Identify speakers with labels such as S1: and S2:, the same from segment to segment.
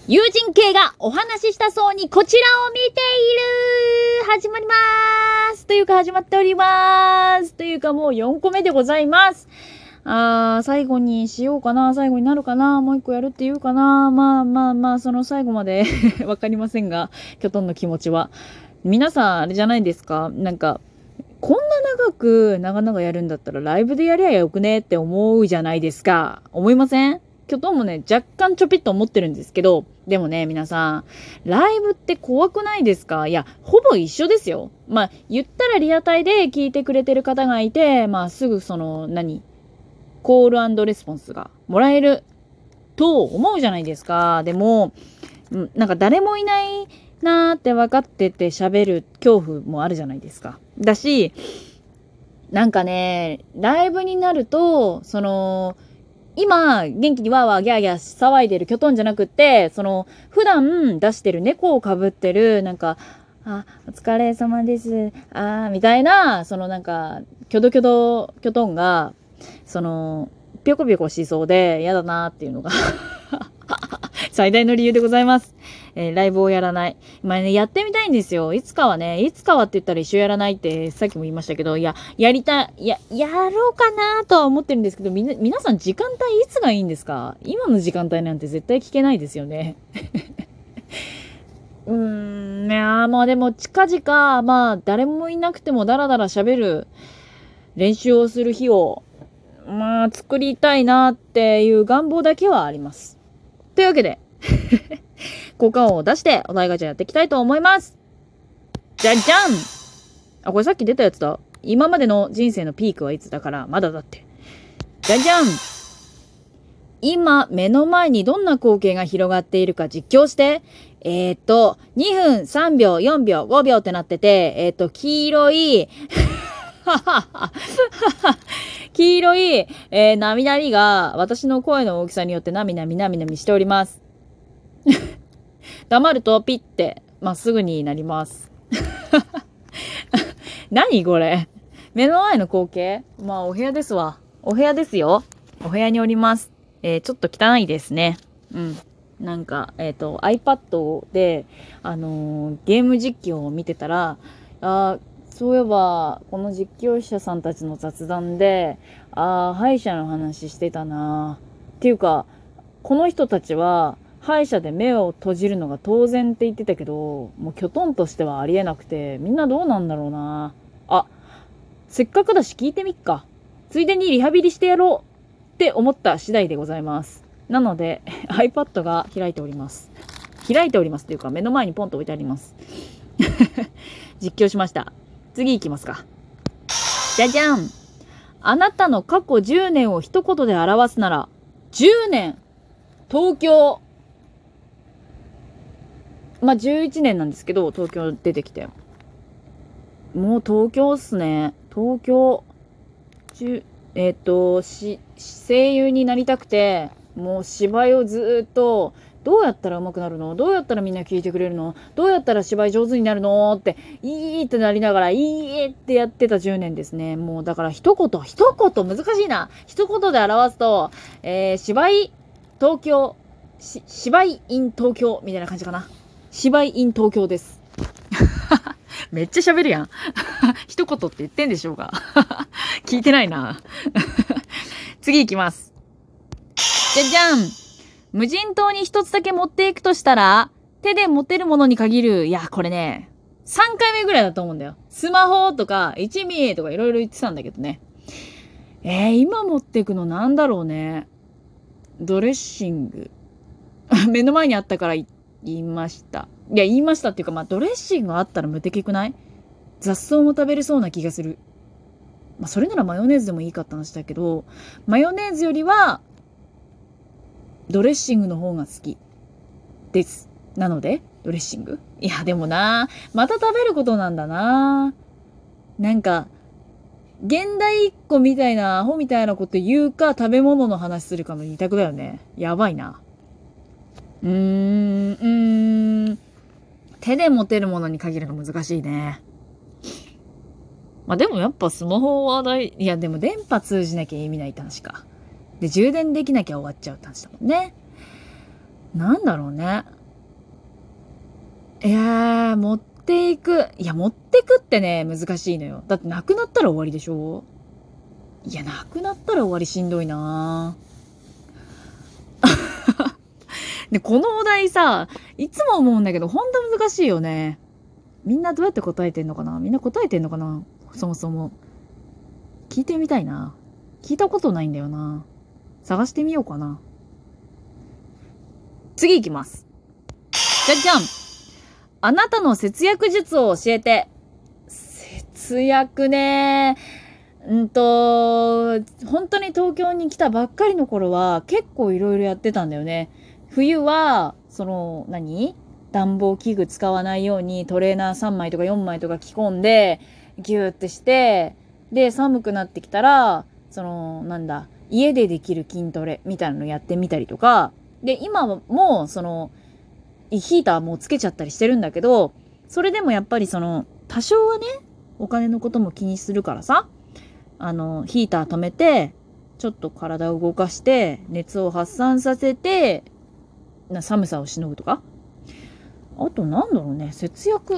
S1: 友人系がお話ししたそうにこちらを見ている始まりますというか始まっておりますというかもう4個目でございます。最後にしようかな、最後になるかな、もう一個やるって言うかな、まあその最後までわかりませんが、キョトンの気持ちは皆さんあれじゃないですか、なんかこんな長々やるんだったらライブでやりゃよくねって思うじゃないですか。思いません？キョトンもね、若干ちょぴっと思ってるんですけど、でもね、皆さん、ライブって怖くないですか？いや、ほぼ一緒ですよ。まあ、言ったらリアタイで聞いてくれてる方がいて、まあ、すぐコール&レスポンスがもらえると思うじゃないですか。でも、なんか誰もいないなーって分かってて喋る恐怖もあるじゃないですか。だし、なんかね、ライブになると、今、元気にワーワーギャーギャー騒いでるキョトンじゃなくって、普段出してる猫をかぶってる、お疲れ様です。みたいな、キョトンが、ぴょこぴょこしそうで、嫌だなっていうのが最大の理由でございます。ライブをやらない。まあね、やってみたいんですよ。いつかはって言ったら一緒やらないってさっきも言いましたけど、やろうかなとは思ってるんですけど、皆さん時間帯いつがいいんですか？今の時間帯なんて絶対聞けないですよね。いやまあでも近々、まあ誰もいなくてもダラダラ喋る練習をする日を、まあ作りたいなっていう願望だけはあります。というわけで、効果音を出してお題ガチャやっていきたいと思います。じゃじゃん！これさっき出たやつだ。今までの人生のピークはいつだからまだだって。じゃじゃん！今目の前にどんな光景が広がっているか実況して。2分、3秒、4秒、5秒ってなってて、黄色い、黄色い、なみなみが私の声の大きさによってなみなみしております。黙るとピッてまっすぐになります。何これ？目の前の光景？まあお部屋ですわ。お部屋ですよ。お部屋におります。ちょっと汚いですね。iPad で、ゲーム実況を見てたら、そういえば、この実況者さんたちの雑談で、歯医者の話してたなっていうか、この人たちは、歯医者で目を閉じるのが当然って言ってたけど、もうキョトンとしてはありえなくて、みんなどうなんだろうな。せっかくだし聞いてみっか。ついでにリハビリしてやろうって思った次第でございます。なので、iPad が開いております。開いておりますというか、目の前にポンと置いてあります。実況しました。次行きますか。じゃじゃん！あなたの過去10年を一言で表すなら、10年東京。まあ、11年なんですけど、東京出てきて。もう東京っすね。東京。声優になりたくて、もう芝居をずっと、どうやったら上手くなるの？どうやったらみんな聞いてくれるの？どうやったら芝居上手になるの？って、いいってなりながら、いいってやってた10年ですね。もうだから一言難しいな。一言で表すと、芝居、東京、芝居 in 東京みたいな感じかな。芝居 in 東京です。めっちゃ喋るやん。一言って言ってんでしょうが。聞いてないな。次行きます。じゃじゃん！無人島に一つだけ持っていくとしたら、手で持てるものに限る。いや、これね、3回目ぐらいだと思うんだよ。スマホとか、1ミリとかいろいろ言ってたんだけどね。今持っていくのなんだろうね。ドレッシング。目の前にあったから言いました。いや、言いましたっていうか、まあ、ドレッシングあったら無敵くない？雑草も食べれそうな気がする。まあ、それならマヨネーズでもいいかって話だけど、マヨネーズよりは、ドレッシングの方が好きです。なので、ドレッシング？いや、でもな、また食べることなんだな。なんか、現代一個みたいな、アホみたいなこと言うか、食べ物の話するかの二択だよね。やばいな。手で持てるものに限るの難しいね。まあでもやっぱスマホはいやでも電波通じなきゃ意味ないって話か。で、充電できなきゃ終わっちゃうって話だもんね。 なんだろうね。持っていく。いや、持ってくってね、難しいのよ。だってなくなったら終わりでしょ？いや、なくなったら終わりしんどいなで、このお題さ、いつも思うんだけど、ほんと難しいよね。みんなどうやって答えてんのかな？みんな答えてんのかな？そもそも。聞いてみたいな。聞いたことないんだよな。探してみようかな。次行きます。じゃじゃん。あなたの節約術を教えて。節約ね。本当に東京に来たばっかりの頃は結構いろいろやってたんだよね。冬は、暖房器具使わないようにトレーナー3枚とか4枚とか着込んで、ギューってして、で、寒くなってきたら、家でできる筋トレみたいなのやってみたりとか、で、今も、ヒーターもつけちゃったりしてるんだけど、それでもやっぱり多少はね、お金のことも気にするからさ、ヒーター止めて、ちょっと体を動かして、熱を発散させて、寒さをしのぐとか。あとなんだろうね、節約。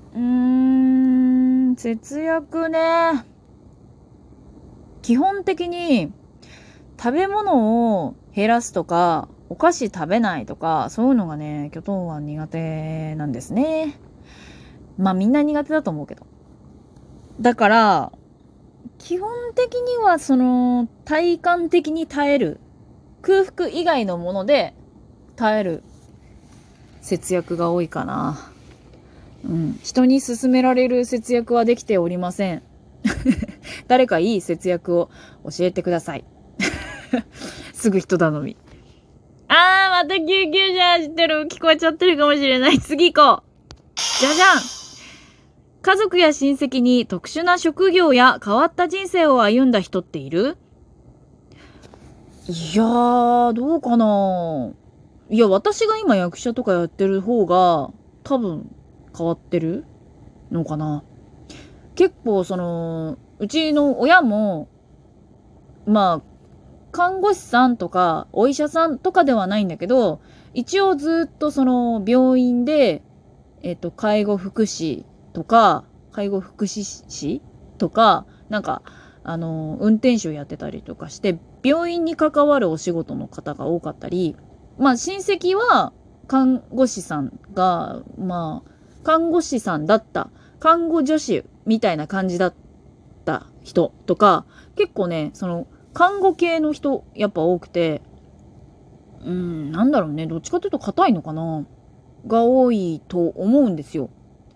S1: 節約ね。基本的に、食べ物を減らすとか、お菓子食べないとか、そういうのがね、キョトンは苦手なんですね。まあみんな苦手だと思うけど。だから、基本的には体感的に耐える。空腹以外のもので耐える節約が多いかな。人に勧められる節約はできておりません。誰かいい節約を教えてください。すぐ人頼み。また救急車走ってる。聞こえちゃってるかもしれない。次行こう。じゃじゃん。家族や親戚に特殊な職業や変わった人生を歩んだ人っている？いやー、どうかな。いや、私が今役者とかやってる方が多分変わってるのかな。結構うちの親も、まあ、看護師さんとかお医者さんとかではないんだけど、一応ずっと病院で、介護福祉とか、介護福祉士とか、運転手をやってたりとかして、病院に関わるお仕事の方が多かったり、まあ親戚は看護師さんが、看護師さんだった、看護助手みたいな感じだった人とか、結構ね、看護系の人、やっぱ多くて、なんだろうね、どっちかというと硬いのかなが多いと思うんですよ。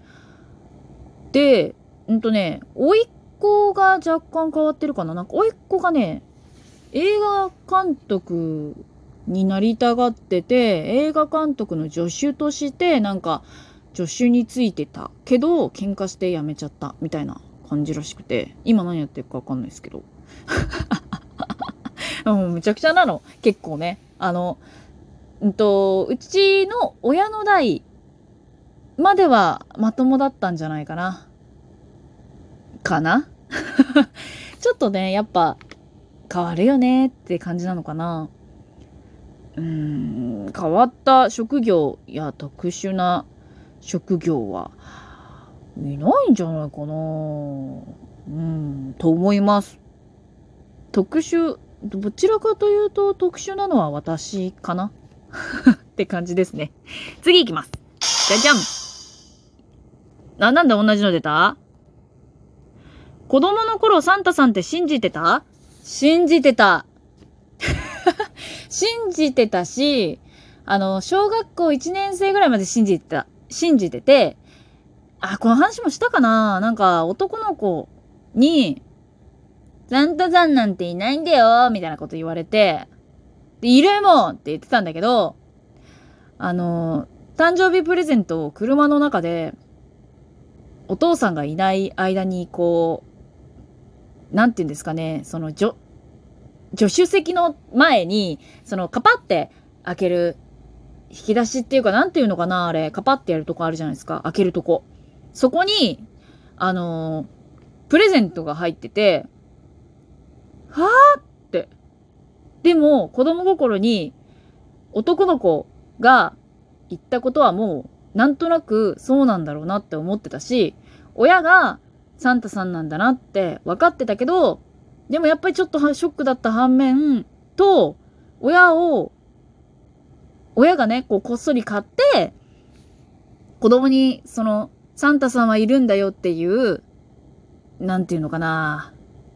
S1: で、甥っ子が若干変わってるかな。甥っ子がね、映画監督になりたがってて、映画監督の助手として、助手についてたけど、喧嘩して辞めちゃったみたいな感じらしくて、今何やってるかわかんないですけど。めちゃくちゃなの。結構ね。うちの親の代まではまともだったんじゃないかな。ちょっとね、やっぱ変わるよねって感じなのかな。変わった職業や特殊な職業はいないんじゃないかな。と思います。どちらかというと特殊なのは私かなって感じですね。次行きます。じゃじゃん。なんで同じの出た？子供の頃サンタさんって信じてた？信じてた。信じてたし、小学校1年生ぐらいまで信じてて、この話もしたかな？男の子に、サンタさんなんていないんだよみたいなこと言われて、で、いるもんって言ってたんだけど、誕生日プレゼントを車の中で、お父さんがいない間になんて言うんですかね、助手席の前に、カパって開ける、引き出しっていうか、なんていうのかな、あれ、カパってやるとこあるじゃないですか、開けるとこ。そこに、プレゼントが入ってて、はぁって。でも、子供心に、男の子が言ったことはもうなんとなくそうなんだろうなって思ってたし、親がサンタさんなんだなって分かってたけど、でもやっぱりちょっとショックだった反面と、親がね、こっそり買って、子供にサンタさんはいるんだよっていう、なんていうのかな、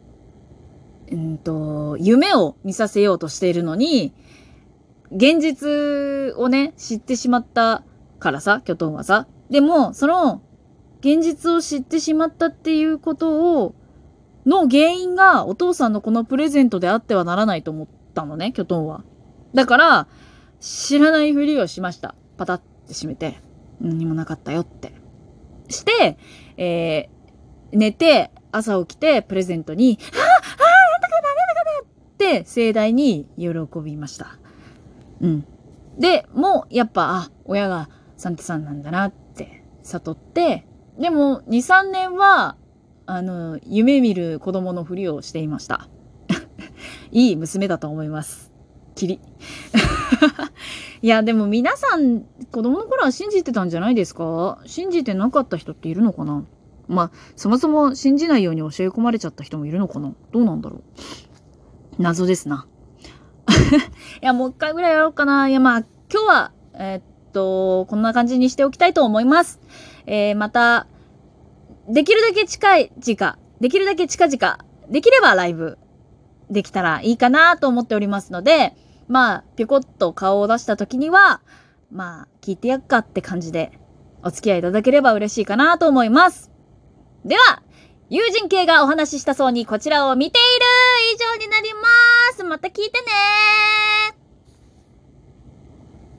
S1: 夢を見させようとしているのに、現実をね、知ってしまったからさ、キョトンはさ。でも、現実を知ってしまったっていうことの原因がお父さんのこのプレゼントであってはならないと思ったのね、キョトンは。だから、知らないふりをしました。パタって閉めて。何もなかったよって。して、寝て、朝起きて、プレゼントに、なんだかって盛大に喜びました。で、もう、やっぱ、親がサンタさんなんだなって悟って、でも、2、3年は、夢見る子供のふりをしていました。いい娘だと思います。キリ。いや、でも皆さん、子供の頃は信じてたんじゃないですか？信じてなかった人っているのかな？そもそも信じないように教え込まれちゃった人もいるのかな？どうなんだろう。謎ですな。いや、もう一回ぐらいやろうかな。いや、今日は、こんな感じにしておきたいと思います。また、できるだけ近々、できればライブできたらいいかなと思っておりますので、ぴょこっと顔を出した時には、聞いてやっかって感じでお付き合いいただければ嬉しいかなと思います。では、友人系がお話ししたそうにこちらを見ている以上になります。また聞いてねー。